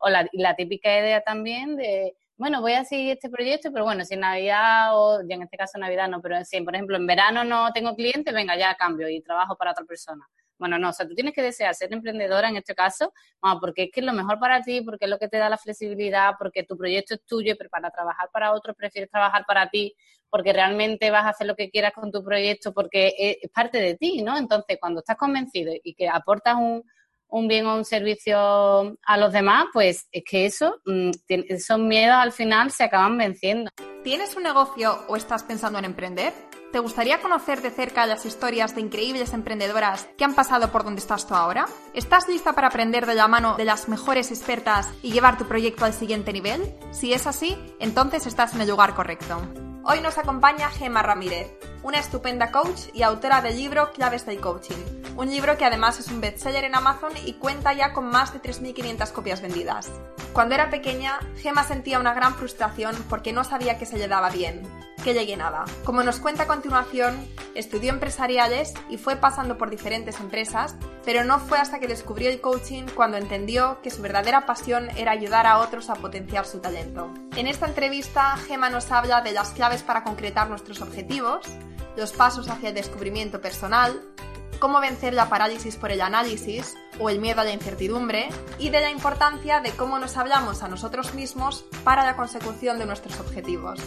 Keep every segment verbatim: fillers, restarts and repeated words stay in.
O la, la típica idea también de, bueno, voy a seguir este proyecto, pero bueno, si en Navidad o, ya en este caso Navidad no, pero si, por ejemplo, en verano no tengo clientes, venga, ya cambio y trabajo para otra persona. Bueno, no, o sea, tú tienes que desear ser emprendedora en este caso, bueno, porque es que es lo mejor para ti, porque es lo que te da la flexibilidad, porque tu proyecto es tuyo, pero para trabajar para otros prefieres trabajar para ti, porque realmente vas a hacer lo que quieras con tu proyecto, porque es, es parte de ti, ¿no? Entonces, cuando estás convencido y que aportas un, un bien o un servicio a los demás, pues es que eso, esos miedos al final se acaban venciendo. ¿Tienes un negocio o estás pensando en emprender? ¿Te gustaría conocer de cerca las historias de increíbles emprendedoras que han pasado por donde estás tú ahora? ¿Estás lista para aprender de la mano de las mejores expertas y llevar tu proyecto al siguiente nivel? Si es así, entonces estás en el lugar correcto. Hoy nos acompaña Gemma Ramírez, una estupenda coach y autora del libro Claves del Coaching, un libro que además es un bestseller en Amazon y cuenta ya con más de tres mil quinientas copias vendidas. Cuando era pequeña, Gemma sentía una gran frustración porque no sabía qué se le daba bien, qué le llenaba. Como nos cuenta a continuación, estudió empresariales y fue pasando por diferentes empresas, pero no fue hasta que descubrió el coaching cuando entendió que su verdadera pasión era ayudar a otros a potenciar su talento. En esta entrevista, Gemma nos habla de las claves para concretar nuestros objetivos, los pasos hacia el descubrimiento personal, cómo vencer la parálisis por el análisis o el miedo a la incertidumbre y de la importancia de cómo nos hablamos a nosotros mismos para la consecución de nuestros objetivos.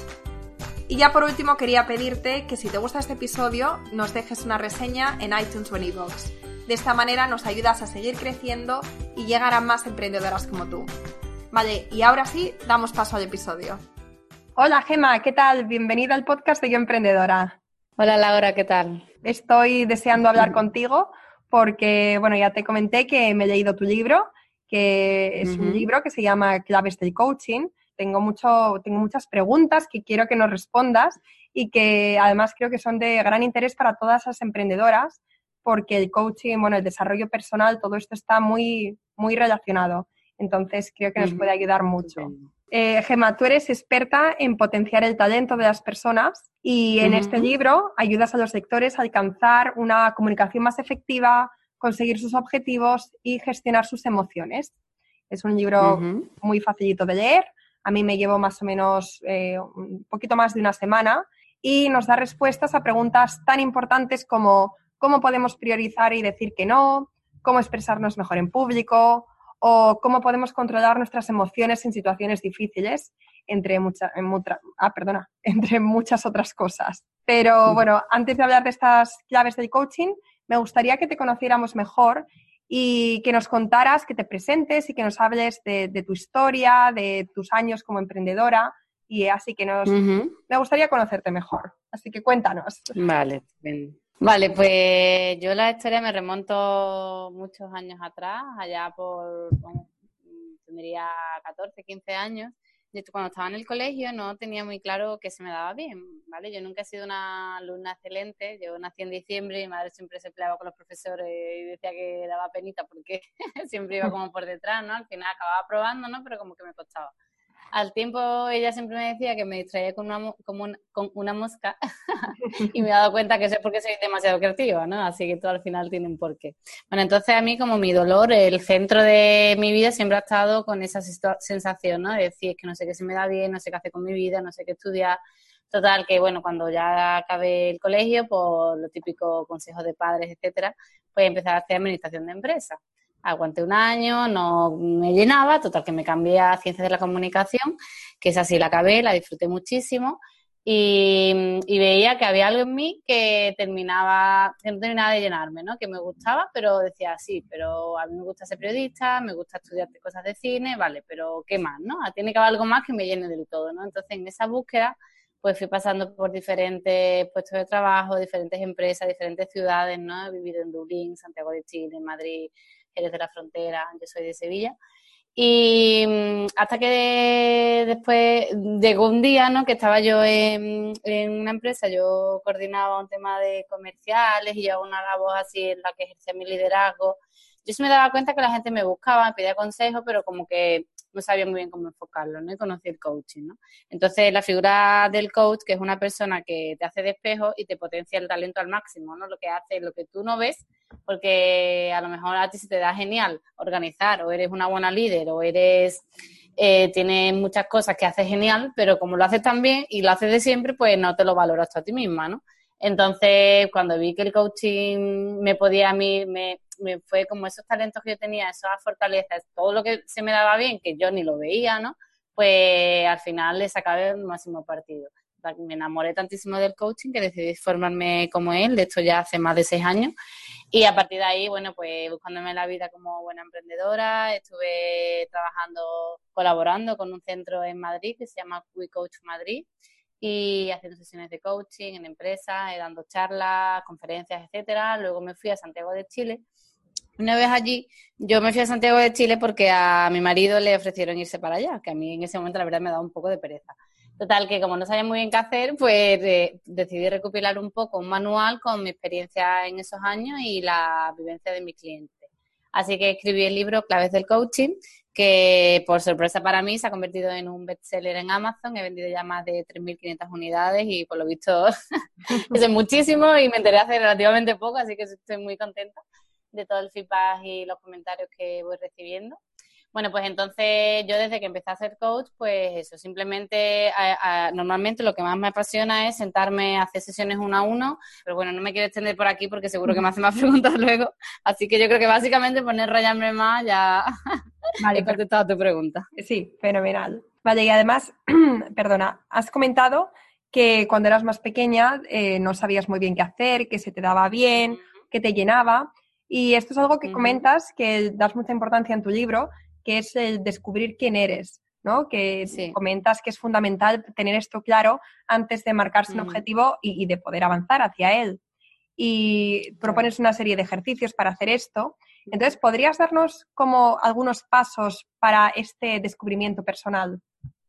Y ya por último quería pedirte que si te gusta este episodio nos dejes una reseña en iTunes o en iVoox. De esta manera nos ayudas a seguir creciendo y llegar a más emprendedoras como tú. Vale, y ahora sí, damos paso al episodio. Hola Gemma, ¿qué tal? Bienvenida al podcast de Yo Emprendedora. Hola Laura, ¿qué tal? Estoy deseando hablar contigo porque, bueno, ya te comenté que me he leído tu libro, que es uh-huh. un libro que se llama Claves del Coaching. Tengo, mucho, tengo muchas preguntas que quiero que nos respondas y que además creo que son de gran interés para todas las emprendedoras porque el coaching, bueno, el desarrollo personal, todo esto está muy, muy relacionado. Entonces creo que nos uh-huh. puede ayudar mucho. Uh-huh. Eh, Gemma, tú eres experta en potenciar el talento de las personas y en uh-huh. este libro ayudas a los lectores a alcanzar una comunicación más efectiva, conseguir sus objetivos y gestionar sus emociones. Es un libro uh-huh. muy facilito de leer. A mí me llevó más o menos eh, un poquito más de una semana y nos da respuestas a preguntas tan importantes como cómo podemos priorizar y decir que no, cómo expresarnos mejor en público o cómo podemos controlar nuestras emociones en situaciones difíciles, entre, mucha, en mutra, ah, perdona, entre muchas otras cosas. Pero bueno, antes de hablar de estas claves del coaching, me gustaría que te conociéramos mejor y que nos contaras, que te presentes y que nos hables de, de tu historia, de tus años como emprendedora y así que nos... Uh-huh. Me gustaría conocerte mejor, así que cuéntanos. Vale, bien. Vale, pues yo la historia me remonto muchos años atrás, allá por, bueno, tendría catorce, quince años. Yo cuando estaba en el colegio no tenía muy claro qué se me daba bien, ¿vale? Yo nunca he sido una alumna excelente, yo nací en diciembre y mi madre siempre se peleaba con los profesores y decía que daba penita porque siempre iba como por detrás, ¿no? Al final acababa aprobando, ¿no? Pero como que me costaba. Al tiempo ella siempre me decía que me distraía con una, como una, con una mosca y me he dado cuenta que eso es porque soy demasiado creativa, ¿no? Así que todo al final tiene un porqué. Bueno, entonces a mí como mi dolor, el centro de mi vida siempre ha estado con esa sensación, ¿no? De decir, es que no sé qué se me da bien, no sé qué hacer con mi vida, no sé qué estudiar. Total, que bueno, cuando ya acabé el colegio, por los típicos consejos de padres, etcétera, pues empecé a hacer administración de empresas. Aguanté un año, no me llenaba, total que me cambié a Ciencias de la Comunicación, que esa sí la acabé, la disfruté muchísimo y, y veía que había algo en mí que terminaba, que no terminaba de llenarme, ¿no? Que me gustaba, pero decía, sí, pero a mí me gusta ser periodista, me gusta estudiar cosas de cine, vale, pero ¿qué más, no? Tiene que haber algo más que me llene del todo, ¿no? Entonces, en esa búsqueda, pues fui pasando por diferentes puestos de trabajo, diferentes empresas, diferentes ciudades, ¿no? He vivido en Dublín, Santiago de Chile, Madrid, Jerez de la Frontera, yo soy de Sevilla. Y hasta que de, después llegó un día, ¿no? Que estaba yo en, en una empresa, yo coordinaba un tema de comerciales y yo una labor así en la que ejercía mi liderazgo. Yo sí me daba cuenta que la gente me buscaba, me pedía consejos, pero como que no sabía muy bien cómo enfocarlo, ¿no? Y conocí el coaching, ¿no? Entonces, la figura del coach, que es una persona que te hace de espejo y te potencia el talento al máximo, ¿no? Lo que hace, lo que tú no ves, porque a lo mejor a ti se te da genial organizar, o eres una buena líder, o eres... Eh, tienes muchas cosas que haces genial, pero como lo haces tan bien y lo haces de siempre, pues no te lo valoras tú a ti misma, ¿no? Entonces, cuando vi que el coaching me podía a mí, me, me fue como esos talentos que yo tenía, esas fortalezas, todo lo que se me daba bien, que yo ni lo veía, ¿no? Pues al final le sacaba el máximo partido. Me enamoré tantísimo del coaching que decidí formarme como él, de esto ya hace más de seis años. Y a partir de ahí, bueno, pues buscándome la vida como buena emprendedora, estuve trabajando, colaborando con un centro en Madrid que se llama WeCoach Madrid y haciendo sesiones de coaching en empresas, dando charlas, conferencias, etcétera. Luego me fui a Santiago de Chile. Una vez allí, yo me fui a Santiago de Chile porque a mi marido le ofrecieron irse para allá, que a mí en ese momento la verdad me daba un poco de pereza. Total, que como no sabía muy bien qué hacer, pues eh, decidí recopilar un poco un manual con mi experiencia en esos años y la vivencia de mis clientes. Así que escribí el libro Claves del Coaching, que por sorpresa para mí se ha convertido en un bestseller en Amazon. He vendido ya más de tres mil quinientas unidades y por lo visto eso es muchísimo y me enteré hace relativamente poco, así que estoy muy contenta de todo el feedback y los comentarios que voy recibiendo. Bueno, pues entonces yo desde que empecé a ser coach, pues eso, simplemente a, a, normalmente lo que más me apasiona es sentarme a hacer sesiones uno a uno, pero bueno, no me quiero extender por aquí porque seguro que me hacen más preguntas luego, así que yo creo que básicamente poner rayarme más ya vale, he contestado a tu pregunta. Sí, fenomenal. Vale, y además, perdona, has comentado que cuando eras más pequeña eh, no sabías muy bien qué hacer, que se te daba bien, uh-huh. que te llenaba, y esto es algo que uh-huh. comentas, que das mucha importancia en tu libro, que es el descubrir quién eres, ¿no? Que sí. comentas que es fundamental tener esto claro antes de marcarse mm. un objetivo y, y de poder avanzar hacia él. Y propones sí. una serie de ejercicios para hacer esto. Entonces, ¿podrías darnos como algunos pasos para este descubrimiento personal?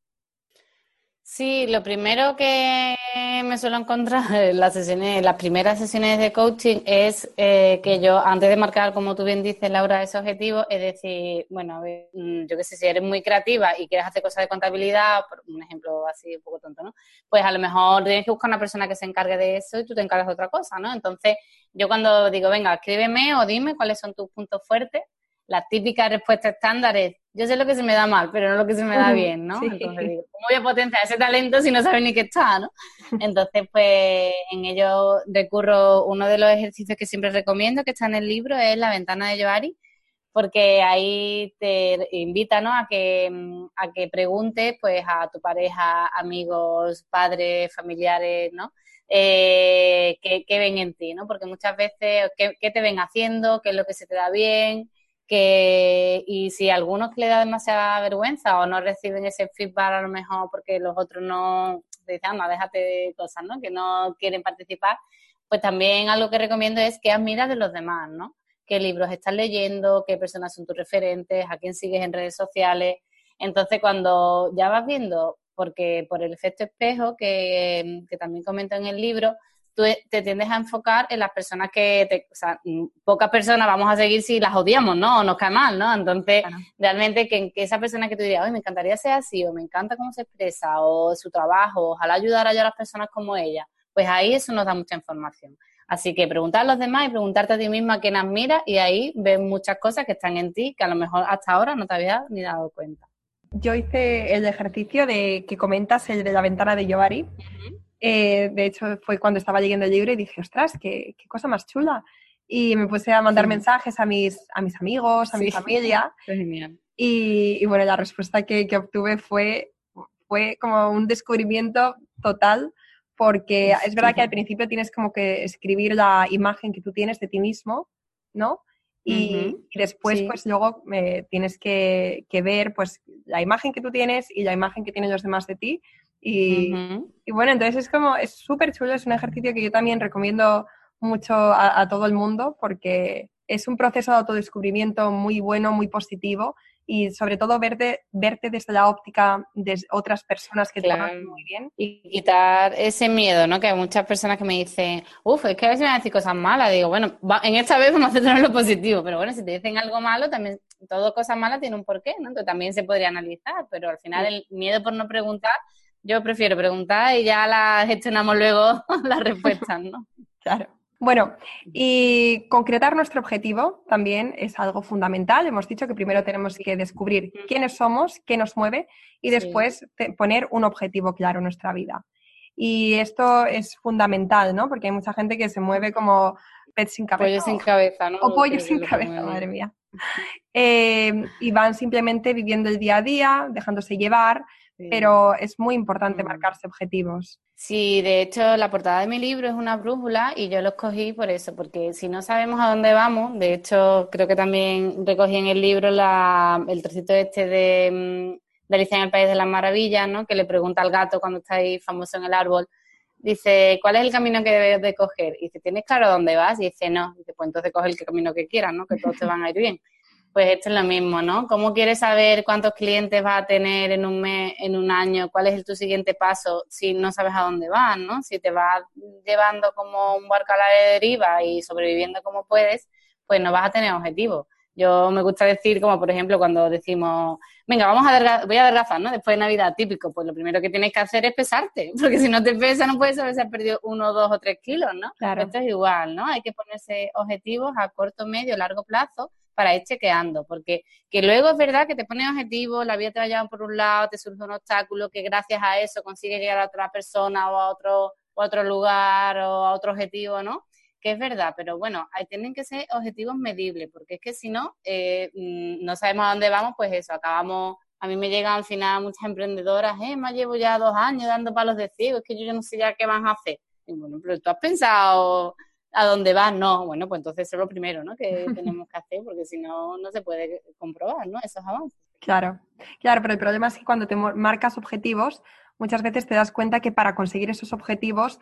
Sí, lo primero que me suelo encontrar en las sesiones, en las primeras sesiones de coaching es eh, que yo, antes de marcar, como tú bien dices, Laura, ese objetivo, es decir, bueno, a ver, yo qué sé, si eres muy creativa y quieres hacer cosas de contabilidad, por un ejemplo así un poco tonto, ¿no? Pues a lo mejor tienes que buscar una persona que se encargue de eso y tú te encargas de otra cosa, ¿no? Entonces, yo cuando digo, venga, escríbeme o dime cuáles son tus puntos fuertes, la típica respuesta estándar es, yo sé lo que se me da mal, pero no lo que se me da bien, ¿no? Sí. Entonces digo, ¿cómo voy a potenciar ese talento si no sabes ni qué está, ¿no? Entonces, pues, en ello recurro, uno de los ejercicios que siempre recomiendo, que está en el libro, es la ventana de Johari, porque ahí te invita, ¿no?, a que, a que preguntes, pues, a tu pareja, amigos, padres, familiares, ¿no?, eh, qué, qué ven en ti, ¿no? Porque muchas veces, ¿qué, qué te ven haciendo? ¿Qué es lo que se te da bien? Que, y si a algunos que le da demasiada vergüenza o no reciben ese feedback a lo mejor porque los otros no te dicen, anda, déjate de cosas, ¿no?, que no quieren participar, pues también algo que recomiendo es que admiras de los demás, ¿no? Qué libros estás leyendo, qué personas son tus referentes, a quién sigues en redes sociales. Entonces, cuando ya vas viendo, porque por el efecto espejo que, que también comento en el libro, tú te tiendes a enfocar en las personas que, te, o sea, pocas personas vamos a seguir si las odiamos, ¿no? O nos cae mal, ¿no? Entonces, claro. realmente que, que esa persona que tú dirías, oye, me encantaría ser así, o me encanta cómo se expresa, o su trabajo, ojalá ayudara yo a las personas como ella, pues ahí eso nos da mucha información. Así que preguntar a los demás y preguntarte a ti misma a quién admiras y ahí ves muchas cosas que están en ti que a lo mejor hasta ahora no te habías ni dado cuenta. Yo hice el ejercicio de que comentas, el de la ventana de Johari. Uh-huh. Eh, de hecho, fue cuando estaba leyendo el libro y dije, ostras, qué, qué cosa más chula. Y me puse a mandar sí. mensajes a mis, a mis amigos, a sí. mi familia. Genial. Y, y bueno, la respuesta que, que obtuve fue, fue como un descubrimiento total, porque es verdad que al principio tienes como que escribir la imagen que tú tienes de ti mismo, ¿no? Y, uh-huh. y después, sí. pues luego eh, tienes que, que ver pues la imagen que tú tienes y la imagen que tienen los demás de ti. Y, uh-huh. y bueno, entonces es como, es súper chulo, es un ejercicio que yo también recomiendo mucho a, a todo el mundo porque es un proceso de autodescubrimiento muy bueno, muy positivo y sobre todo verte, verte desde la óptica de otras personas que claro. te conocen muy bien. Y quitar ese miedo, ¿no? Que hay muchas personas que me dicen, uff, es que a veces me van a decir cosas malas. Digo, bueno, va, en esta vez vamos a centrar en lo positivo, pero bueno, si te dicen algo malo, también todo cosa mala tiene un porqué, ¿no? Entonces también se podría analizar, pero al final el miedo por no preguntar, yo prefiero preguntar y ya la gestionamos luego las respuestas, ¿no? Claro. Bueno, y concretar nuestro objetivo también es algo fundamental. Hemos dicho que primero tenemos que descubrir quiénes somos, qué nos mueve y después sí. te, poner un objetivo claro en nuestra vida. Y esto es fundamental, ¿no? Porque hay mucha gente que se mueve como pez sin cabeza. Pollo sin cabeza, ¿no? O pollo sin cabeza, madre mía. Eh, y van simplemente viviendo el día a día, dejándose llevar, sí. Pero es muy importante mm. marcarse objetivos. Sí, de hecho, la portada de mi libro es una brújula y yo lo escogí por eso, porque si no sabemos a dónde vamos, de hecho, creo que también recogí en el libro la, el trocito este de, de Alicia en el País de las Maravillas, ¿no? Que le pregunta al gato cuando está ahí famoso en el árbol, dice, ¿cuál es el camino que debes de coger? Y dice, ¿tienes claro dónde vas? Y dice, no. Y dice, pues entonces coge el camino que quieras, ¿no? Que todos te van a ir bien. Pues esto es lo mismo, ¿no? ¿Cómo quieres saber cuántos clientes vas a tener en un mes, en un año? ¿Cuál es tu siguiente paso si no sabes a dónde vas, ¿no? Si te vas llevando como un barco a la deriva y sobreviviendo como puedes, pues no vas a tener objetivos. Yo me gusta decir, como por ejemplo, cuando decimos, venga, vamos a adelgazar, voy a adelgazar, ¿no? Después de Navidad, típico, pues lo primero que tienes que hacer es pesarte, porque si no te pesas no puedes saber si has perdido uno, dos o tres kilos, ¿no? Claro. Esto es igual, ¿no? Hay que ponerse objetivos a corto, medio, largo plazo para ir chequeando, porque que luego es verdad que te pones objetivos, la vida te va llevando por un lado, te surge un obstáculo, que gracias a eso consigues llegar a otra persona o a otro, o a otro lugar o a otro objetivo, ¿no? Que es verdad, pero bueno, ahí tienen que ser objetivos medibles, porque es que si no, eh, no sabemos a dónde vamos, pues eso, acabamos, a mí me llegan al final muchas emprendedoras, eh, me llevo ya dos años dando palos de ciego, es que yo ya no sé ya qué van a hacer. Y bueno, pero tú has pensado a dónde vas, no, bueno, pues entonces eso es lo primero, ¿no? Que tenemos que hacer, porque si no, no se puede comprobar, ¿no? Esos avances. Claro, claro, pero el problema es que cuando te marcas objetivos, muchas veces te das cuenta que para conseguir esos objetivos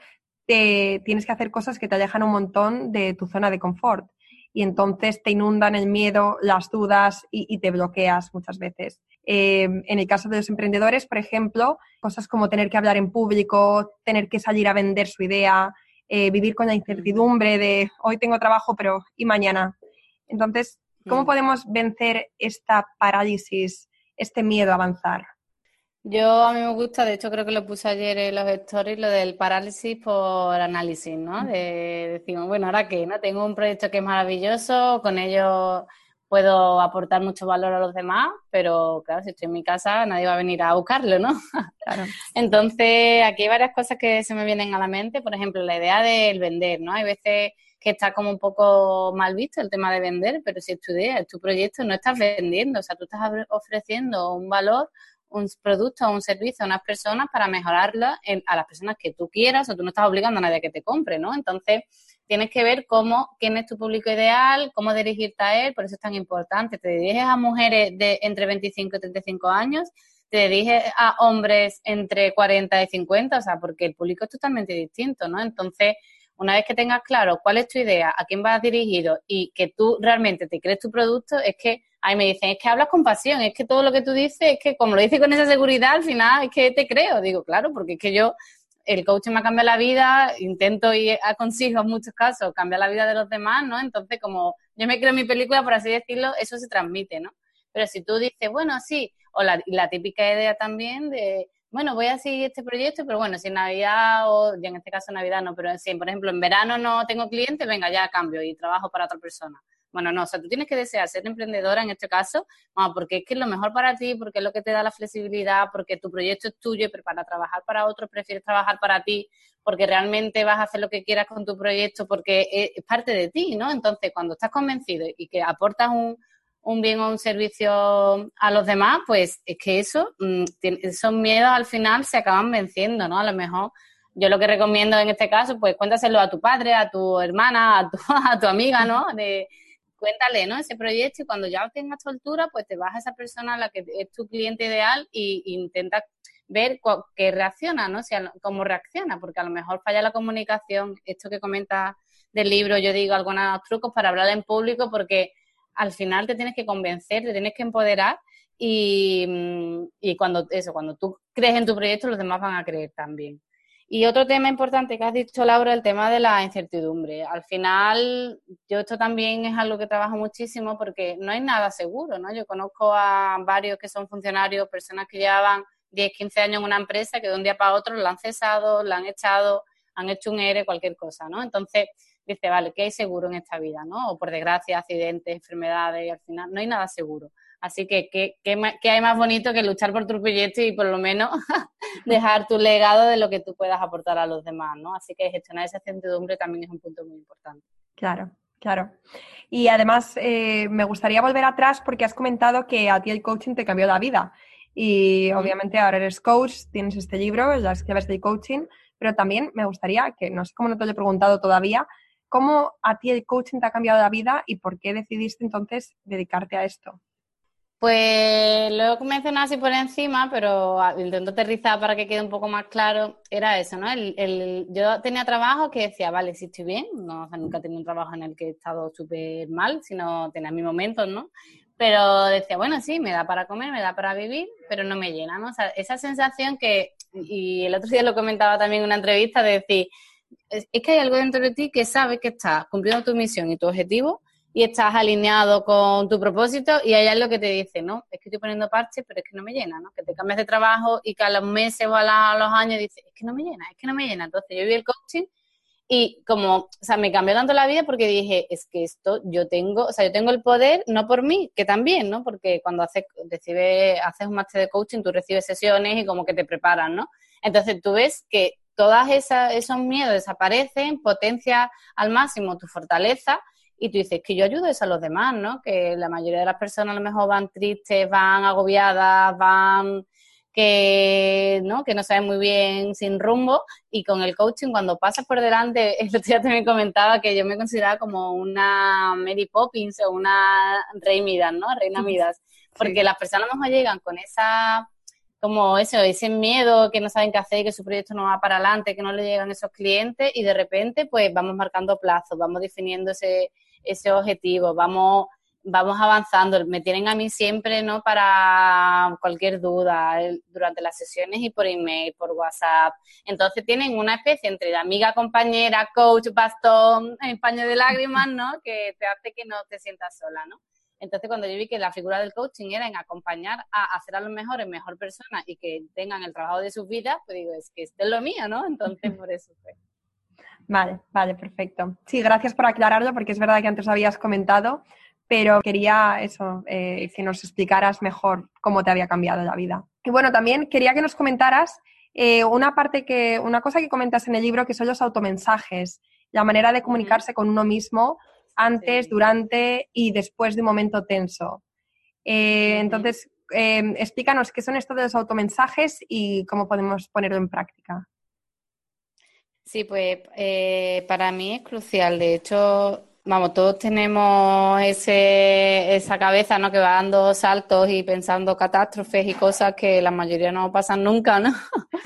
te, tienes que hacer cosas que te alejan un montón de tu zona de confort y entonces te inundan el miedo, las dudas y, y te bloqueas muchas veces. Eh, en el caso de los emprendedores, por ejemplo, cosas como tener que hablar en público, tener que salir a vender su idea, eh, vivir con la incertidumbre de hoy tengo trabajo, pero ¿y mañana? Entonces, ¿cómo podemos vencer esta parálisis, este miedo a avanzar? Yo, a mí me gusta, de hecho creo que lo puse ayer en los stories, lo del parálisis por análisis, ¿no? De decimos, bueno, ¿ahora qué? ¿No? Tengo un proyecto que es maravilloso, con ello puedo aportar mucho valor a los demás, pero claro, si estoy en mi casa nadie va a venir a buscarlo, ¿no? Claro. Entonces, aquí hay varias cosas que se me vienen a la mente, por ejemplo, la idea del vender, ¿no? Hay veces que está como un poco mal visto el tema de vender, pero si es tu idea, es tu proyecto, no estás vendiendo, o sea, tú estás ofreciendo un valor, un producto o un servicio a unas personas para mejorarla en, a las personas que tú quieras, o tú no estás obligando a nadie a que te compre, ¿no? Entonces, tienes que ver cómo, quién es tu público ideal, cómo dirigirte a él, por eso es tan importante. Te diriges a mujeres de entre veinticinco y treinta y cinco años, te diriges a hombres entre cuarenta y cincuenta, o sea, porque el público es totalmente distinto, ¿no? Entonces, una vez que tengas claro cuál es tu idea, a quién vas dirigido y que tú realmente te crees tu producto, es que, ahí me dicen, es que hablas con pasión, es que todo lo que tú dices, es que como lo dices con esa seguridad, al final es que te creo. Digo, claro, porque es que yo, el coaching me ha cambiado la vida, intento y consigo en muchos casos cambiar la vida de los demás, ¿no? Entonces, como yo me creo en mi película, por así decirlo, eso se transmite, ¿no? Pero si tú dices, bueno, sí, o la, la típica idea también de, bueno, voy a seguir este proyecto, pero bueno, si en Navidad, o ya en este caso Navidad no, pero si, por ejemplo, en verano no tengo clientes, venga, ya cambio y trabajo para otra persona. Bueno, no, o sea, tú tienes que desear ser emprendedora en este caso, bueno, porque es que es lo mejor para ti, porque es lo que te da la flexibilidad, porque tu proyecto es tuyo, pero para trabajar para otros prefieres trabajar para ti, porque realmente vas a hacer lo que quieras con tu proyecto, porque es parte de ti, ¿no? Entonces, cuando estás convencido y que aportas un, un bien o un servicio a los demás, pues es que eso, esos miedos al final se acaban venciendo, ¿no? A lo mejor yo lo que recomiendo en este caso, pues cuéntaselo a tu padre, a tu hermana, a tu, a tu amiga, ¿no? De, cuéntale, ¿no? Ese proyecto y cuando ya tengas tu altura, pues te vas a esa persona a la que es tu cliente ideal e intentas ver cu- qué reacciona, ¿no? Si a, cómo reacciona, porque a lo mejor falla la comunicación. Esto que comentas del libro, yo digo algunos trucos para hablar en público, porque al final te tienes que convencer, te tienes que empoderar y, y cuando eso, cuando tú crees en tu proyecto, los demás van a creer también. Y otro tema importante que has dicho, Laura, el tema de la incertidumbre. Al final, yo esto también es algo que trabajo muchísimo porque no hay nada seguro, ¿no? Yo conozco a varios que son funcionarios, personas que llevaban diez, quince años en una empresa que de un día para otro la han cesado, la han echado, han hecho un ERE, cualquier cosa, ¿no? Entonces, dice, vale, ¿qué hay seguro en esta vida, no? O por desgracia, accidentes, enfermedades, y al final no hay nada seguro. Así que, ¿qué, qué, qué hay más bonito que luchar por tu proyecto y por lo menos dejar tu legado de lo que tú puedas aportar a los demás, ¿no? Así que gestionar esa incertidumbre también es un punto muy importante. Claro, claro. Y además, eh, me gustaría volver atrás porque has comentado que a ti el coaching te cambió la vida. Y mm. obviamente ahora eres coach, tienes este libro, Las claves del coaching, pero también me gustaría, que no sé cómo no te lo he preguntado todavía, ¿cómo a ti el coaching te ha cambiado la vida y por qué decidiste entonces dedicarte a esto? Pues lo he mencionado así por encima, pero intento aterrizar para que quede un poco más claro. Era eso, ¿no? El, el, yo tenía trabajo que decía, vale, sí estoy bien. No, o sea, nunca he tenido un trabajo en el que he estado súper mal, sino tenía mis momentos, ¿no? Pero decía, bueno, sí, me da para comer, me da para vivir, pero no me llena, ¿no? O sea, esa sensación que, y el otro día lo comentaba también en una entrevista, de decir, es, es que hay algo dentro de ti que sabe que estás cumpliendo tu misión y tu objetivo, y estás alineado con tu propósito y hay algo que te dice, no, es que estoy poniendo parches, pero es que no me llena, ¿no? Que te cambias de trabajo y que a los meses o a, la, a los años dices, es que no me llena, es que no me llena. Entonces yo vi el coaching y como, o sea, me cambió tanto la vida porque dije, es que esto yo tengo, o sea, yo tengo el poder, no por mí, que también, ¿no? Porque cuando haces, recibes, haces un máster de coaching, tú recibes sesiones y como que te preparan, ¿no? Entonces tú ves que todas esas, esos miedos desaparecen, potencia al máximo tu fortaleza. Y tú dices, que yo ayudo eso a los demás, ¿no? Que la mayoría de las personas a lo mejor van tristes, van agobiadas, van que no, que no saben muy bien, sin rumbo. Y con el coaching, cuando pasas por delante, el otro día también comentaba que yo me consideraba como una Mary Poppins o una Rey Midas, ¿no? Reina Midas. Porque sí. Las personas a lo mejor llegan con esa, como eso, ese miedo, que no saben qué hacer, que su proyecto no va para adelante, que no le llegan esos clientes y de repente pues vamos marcando plazos, vamos definiendo ese ese objetivo, vamos, vamos avanzando. Me tienen a mí siempre, ¿no? Para cualquier duda durante las sesiones y por email, por WhatsApp. Entonces tienen una especie entre amiga, compañera, coach, bastón, en paño de lágrimas, ¿no? Que te hace que no te sientas sola, ¿no? Entonces cuando yo vi que la figura del coaching era en acompañar a hacer a los mejores mejor persona y que tengan el trabajo de sus vidas, pues digo, es que esto es lo mío, ¿no? Entonces por eso fue. Vale, vale, perfecto. Sí, gracias por aclararlo porque es verdad que antes habías comentado, pero quería eso, eh, que nos explicaras mejor cómo te había cambiado la vida. Y bueno, también quería que nos comentaras eh, una parte que, una cosa que comentas en el libro que son los automensajes, la manera de comunicarse con uno mismo antes, sí. durante y después de un momento tenso. Eh, uh-huh. Entonces, eh, explícanos qué son estos de los automensajes y cómo podemos ponerlo en práctica. Sí, pues eh, para mí es crucial. De hecho, vamos, todos tenemos ese, esa cabeza, ¿no? Que va dando saltos y pensando catástrofes y cosas que la mayoría no pasan nunca, ¿no?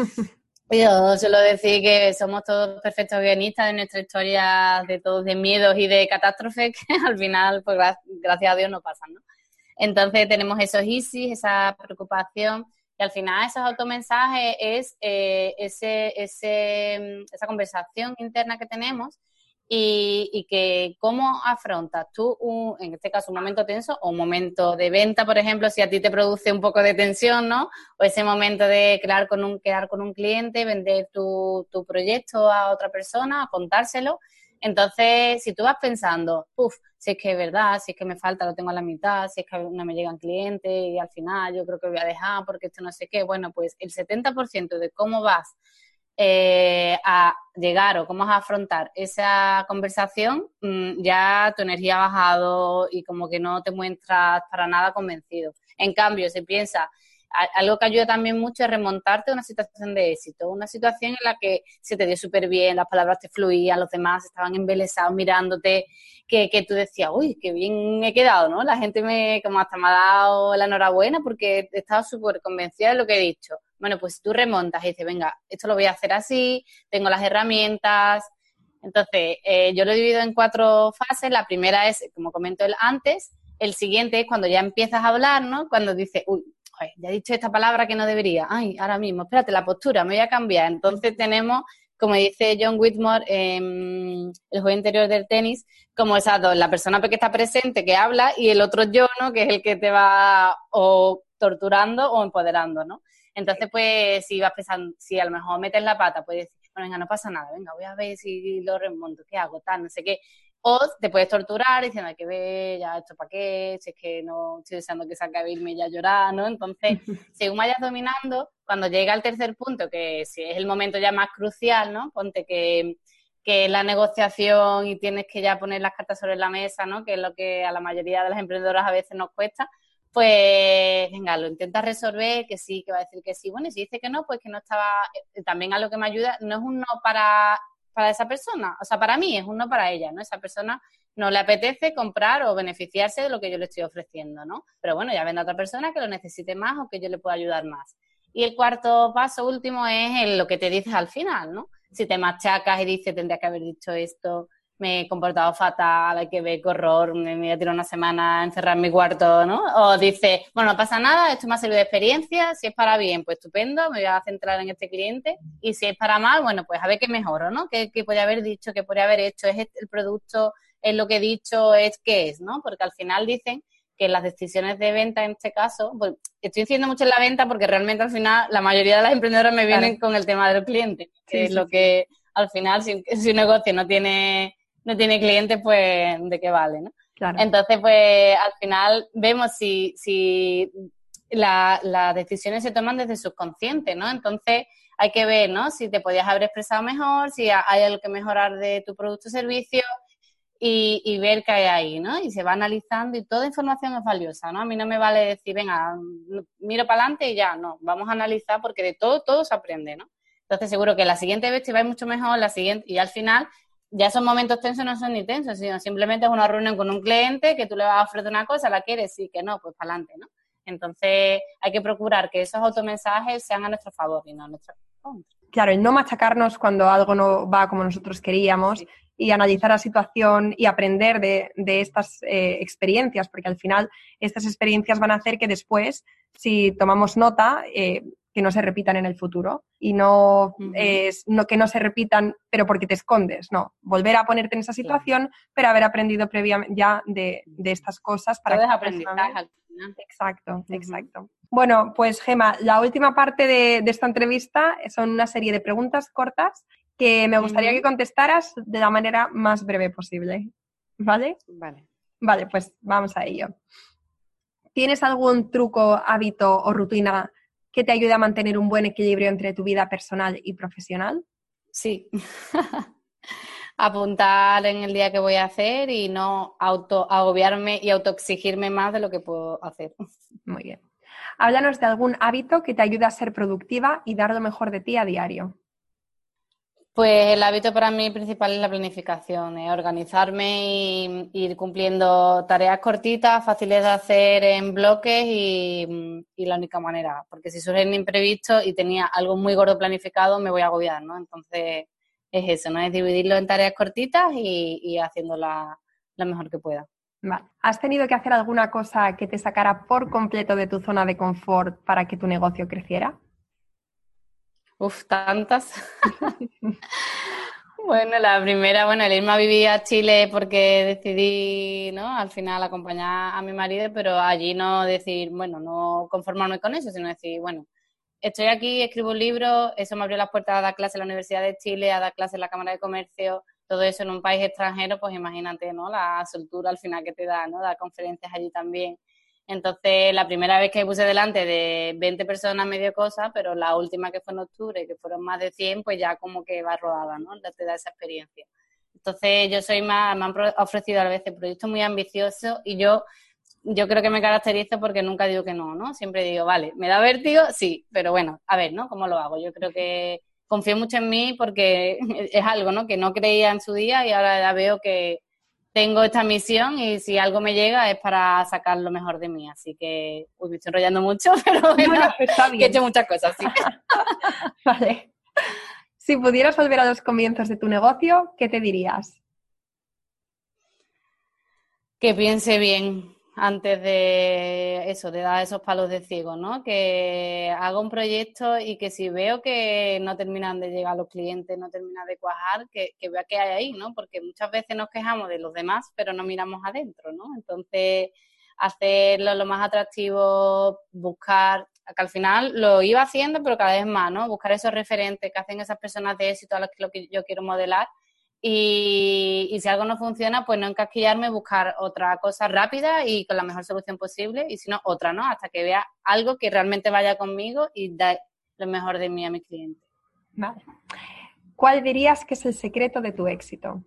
Yo suelo decir que somos todos perfectos guionistas de nuestra historia, de todos de miedos y de catástrofes que al final, pues gracias a Dios, no pasan, ¿no? Entonces tenemos esos isis, esa preocupación. Y al final esos automensajes es eh, ese, ese, esa conversación interna que tenemos y, y que cómo afrontas tú, un, en este caso, un momento tenso o un momento de venta, por ejemplo, si a ti te produce un poco de tensión, ¿no? O ese momento de quedar con un, quedar con un cliente, vender tu, tu proyecto a otra persona, contárselo. Entonces, si tú vas pensando, uff, si es que es verdad, si es que me falta, lo tengo a la mitad, si es que no me llegan clientes y al final yo creo que voy a dejar porque esto no sé qué, bueno, pues el setenta por ciento de cómo vas eh, a llegar o cómo vas a afrontar esa conversación, mmm, ya tu energía ha bajado y como que no te muestras para nada convencido. En cambio, si piensas, algo que ayuda también mucho es remontarte a una situación de éxito, una situación en la que se te dio súper bien, las palabras te fluían, los demás estaban embelesados mirándote, que, que tú decías, uy, qué bien he quedado, ¿no? La gente me, como hasta me ha dado la enhorabuena porque he estado súper convencida de lo que he dicho. Bueno, pues tú remontas y dices, venga, esto lo voy a hacer así, tengo las herramientas. Entonces, eh, yo lo he dividido en cuatro fases. La primera es, como comento el antes, el siguiente es cuando ya empiezas a hablar, ¿no? Cuando dices, uy, ya he dicho esta palabra que no debería. Ay, ahora mismo, espérate, la postura, me voy a cambiar. Entonces tenemos como dice John Whitmore, eh, el juego interior del tenis, como esas dos, la persona que está presente, que habla, y el otro yo, ¿no? Que es el que te va o torturando o empoderando, ¿no? Entonces, pues, si vas pensando, si a lo mejor metes la pata, puedes decir, bueno, venga, no pasa nada, venga, voy a ver si lo remonto, qué hago, tal, no sé qué. O te puedes torturar diciendo, hay que ver, ya esto para qué, si es que no estoy deseando que se acabe irme y ya llorar, ¿no? Entonces, según vayas dominando, cuando llega al tercer punto, que si es el momento ya más crucial, ¿no? Ponte que, que la negociación y tienes que ya poner las cartas sobre la mesa, ¿no? Que es lo que a la mayoría de las emprendedoras a veces nos cuesta, pues venga, lo intentas resolver, que sí, que va a decir que sí. Bueno, y si dice que no, pues que no estaba, también a lo que me ayuda, no es un no para... para esa persona, o sea, para mí es un no para ella, ¿no? Esa persona no le apetece comprar o beneficiarse de lo que yo le estoy ofreciendo, ¿no? Pero bueno, ya vendrá otra persona que lo necesite más o que yo le pueda ayudar más. Y el cuarto paso último es el, lo que te dices al final, ¿no? Si te machacas y dices, tendría que haber dicho esto, me he comportado fatal, hay que ver qué horror, me voy a tirar una semana a encerrar en mi cuarto, ¿no? O dices, bueno, no pasa nada, esto me ha servido de experiencia, si es para bien, pues estupendo, me voy a centrar en este cliente, y si es para mal, bueno, pues a ver qué mejoro, ¿no? ¿Qué, qué podría haber dicho, qué podría haber hecho? ¿Es el producto, es lo que he dicho, es qué es, ¿no? Porque al final dicen que las decisiones de venta en este caso, pues estoy diciendo mucho en la venta porque realmente al final la mayoría de las emprendedoras me vienen claro. con el tema del cliente, que sí, es sí, lo sí. que al final, si, si un negocio no tiene... no tiene clientes, pues, ¿de qué vale, no? Claro. Entonces, pues, al final vemos si, si la, las decisiones se toman desde el subconsciente, ¿no? Entonces, hay que ver, ¿no? Si te podías haber expresado mejor, si hay algo que mejorar de tu producto o servicio y, y ver qué hay ahí, ¿no? Y se va analizando y toda información es valiosa, ¿no? A mí no me vale decir, venga, miro para adelante y ya, no. Vamos a analizar porque de todo, todo se aprende, ¿no? Entonces, seguro que la siguiente vez te va a ir mucho mejor, la siguiente, y al final... ya esos momentos tensos no son ni tensos, sino simplemente es una reunión con un cliente que tú le vas a ofrecer una cosa, la quieres, sí, que no, pues para adelante, ¿no? Entonces hay que procurar que esos automensajes sean a nuestro favor y no a nuestro contra. Claro, el no machacarnos cuando algo no va como nosotros queríamos sí. y analizar la situación y aprender de, de estas eh, experiencias, porque al final estas experiencias van a hacer que después, si tomamos nota, eh, que no se repitan en el futuro y no, uh-huh. es, no que no se repitan pero porque te escondes, no, volver a ponerte en esa situación claro. pero haber aprendido previamente ya de, de estas cosas para todo que es aprendizaje al final. Exacto, uh-huh. exacto. Bueno, pues Gemma, la última parte de, de esta entrevista son una serie de preguntas cortas que me gustaría uh-huh. que contestaras de la manera más breve posible, ¿vale? Vale. Vale, pues vamos a ello. ¿Tienes algún truco, hábito o rutina que te ayude a mantener un buen equilibrio entre tu vida personal y profesional? Sí. Apuntar en el día que voy a hacer y no auto agobiarme y autoexigirme más de lo que puedo hacer. Muy bien. Háblanos de algún hábito que te ayude a ser productiva y dar lo mejor de ti a diario. Pues el hábito para mí principal es la planificación, es organizarme y ir cumpliendo tareas cortitas, fáciles de hacer en bloques y, y la única manera, porque si surgen imprevistos y tenía algo muy gordo planificado me voy a agobiar, ¿no? Entonces es eso, ¿no? Es dividirlo en tareas cortitas y, y haciéndola lo mejor que pueda. Vale. ¿Has tenido que hacer alguna cosa que te sacara por completo de tu zona de confort para que tu negocio creciera? Uf, tantas. Bueno, la primera, bueno, el irme a vivir a Chile porque decidí, ¿no? Al final acompañar a mi marido, pero allí no decir, bueno, no conformarme con eso, sino decir, bueno, estoy aquí, escribo un libro, eso me abrió las puertas a dar clases en la Universidad de Chile, a dar clases en la Cámara de Comercio, todo eso en un país extranjero, pues imagínate, ¿no? La soltura al final que te da, ¿no? Dar conferencias allí también. Entonces, la primera vez que me puse delante de veinte personas me dio cosa, pero la última que fue en octubre, que fueron más de cien, pues ya como que va rodada, ¿no? Ya te da esa experiencia. Entonces, yo soy más, me han ofrecido a veces proyectos muy ambiciosos y yo, yo creo que me caracterizo porque nunca digo que no, ¿no? Siempre digo, vale, ¿me da vértigo? Sí, pero bueno, a ver, ¿no? ¿Cómo lo hago? Yo creo que confío mucho en mí porque es algo, ¿no? Que no creía en su día y ahora ya veo que tengo esta misión y si algo me llega es para sacar lo mejor de mí. Así que, uy, me estoy enrollando mucho, pero bueno, bueno, está bien. Que he hecho muchas cosas, sí. Vale. Si pudieras volver a los comienzos de tu negocio, ¿qué te dirías? Que piense bien, antes de eso, de dar esos palos de ciego, ¿no? Que haga un proyecto y que si veo que no terminan de llegar los clientes, no terminan de cuajar, que, que vea qué hay ahí, ¿no? Porque muchas veces nos quejamos de los demás, pero no miramos adentro, ¿no? Entonces, hacerlo lo más atractivo, buscar, que al final lo iba haciendo, pero cada vez más, ¿no? Buscar esos referentes que hacen esas personas de éxito a las que, lo que yo quiero modelar. Y, y si algo no funciona, pues no encasquillarme, buscar otra cosa rápida y con la mejor solución posible, y si no, otra, ¿no? Hasta que vea algo que realmente vaya conmigo y da lo mejor de mí a mis clientes. Vale. ¿Cuál dirías que es el secreto de tu éxito?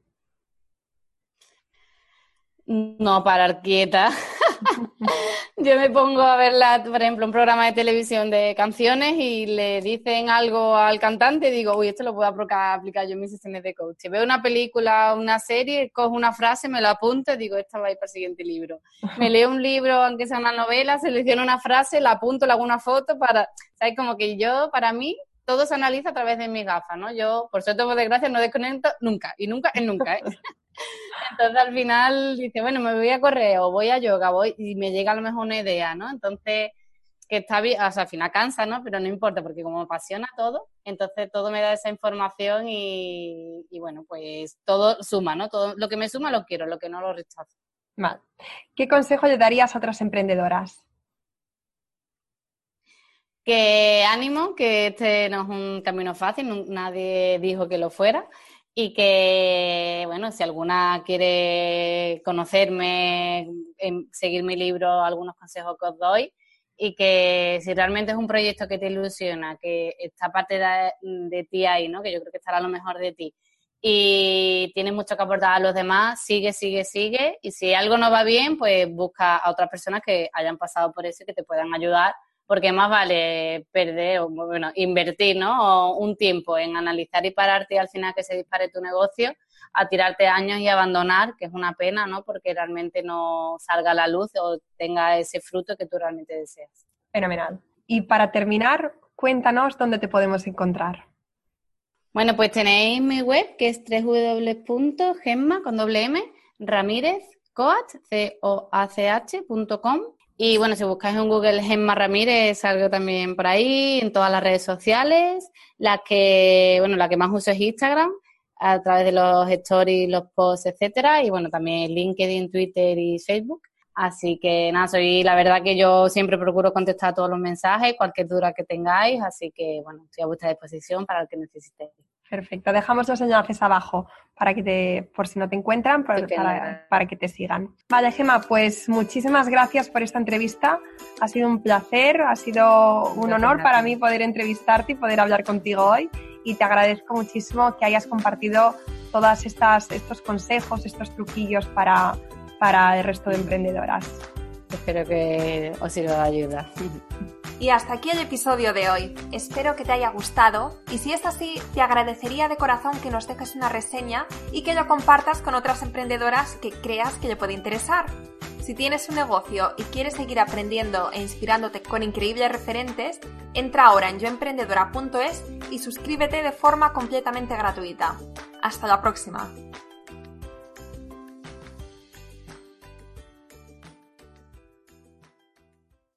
No parar quieta. Yo me pongo a ver, la, por ejemplo, un programa de televisión de canciones y le dicen algo al cantante y digo, uy, esto lo puedo aplicar yo en mis sesiones de coaching. Veo una película, una serie, cojo una frase, me la apunto y digo, esta va a ir para el siguiente libro. Me leo un libro, aunque sea una novela, selecciono una frase, la apunto, le hago una foto para... ¿Sabes? Como que yo, para mí, todo se analiza a través de mis gafas, ¿no? Yo, por suerte o por desgracia, no desconecto nunca, y nunca es nunca, ¿eh? Entonces al final dice, bueno, me voy a correr o voy a yoga, voy y me llega a lo mejor una idea, ¿no? Entonces, que está bien, o sea, al final cansa, ¿no? Pero no importa, porque como me apasiona todo, entonces todo me da esa información y, y bueno, pues todo suma, ¿no? Todo lo que me suma lo quiero, lo que no lo rechazo. Vale. ¿Qué consejo le darías a otras emprendedoras? Que ánimo, que este no es un camino fácil, nadie dijo que lo fuera. Y que, bueno, si alguna quiere conocerme, seguir mi libro, algunos consejos que os doy, y que si realmente es un proyecto que te ilusiona, que esta parte de, de ti ahí, ¿no? Que yo creo que estará lo mejor de ti, y tienes mucho que aportar a los demás, sigue, sigue, sigue, y si algo no va bien, pues busca a otras personas que hayan pasado por eso y que te puedan ayudar, porque más vale perder, o bueno, invertir, ¿no? O un tiempo en analizar y pararte y al final que se dispare tu negocio, a tirarte años y abandonar, que es una pena, ¿no? Porque realmente no salga a la luz o tenga ese fruto que tú realmente deseas. Fenomenal. Y para terminar, cuéntanos dónde te podemos encontrar. Bueno, pues tenéis mi web, que es doble u doble u doble u punto gemma, con doble M, Ramírez Coach, C O A C H punto com. Y bueno, si buscáis en Google Gemma Ramírez, salgo también por ahí, en todas las redes sociales. La que, bueno, la que más uso es Instagram, a través de los stories, los posts, etcétera. Y bueno, también LinkedIn, Twitter y Facebook. Así que nada, soy, la verdad que yo siempre procuro contestar todos los mensajes, cualquier duda que tengáis. Así que bueno, estoy a vuestra disposición para el que necesitéis. Perfecto. Dejamos los enlaces abajo para que te, por si no te encuentran, para, para, para que te sigan. Vale, Gemma, pues muchísimas gracias por esta entrevista. Ha sido un placer, ha sido un honor para mí poder entrevistarte y poder hablar contigo hoy. Y te agradezco muchísimo que hayas compartido todos estos consejos, estos truquillos para, para el resto de emprendedoras. Espero que os sirva de ayuda. Y hasta aquí el episodio de hoy. Espero que te haya gustado y si es así, te agradecería de corazón que nos dejes una reseña y que lo compartas con otras emprendedoras que creas que le puede interesar. Si tienes un negocio y quieres seguir aprendiendo e inspirándote con increíbles referentes, entra ahora en yoemprendedora punto es y suscríbete de forma completamente gratuita. Hasta la próxima.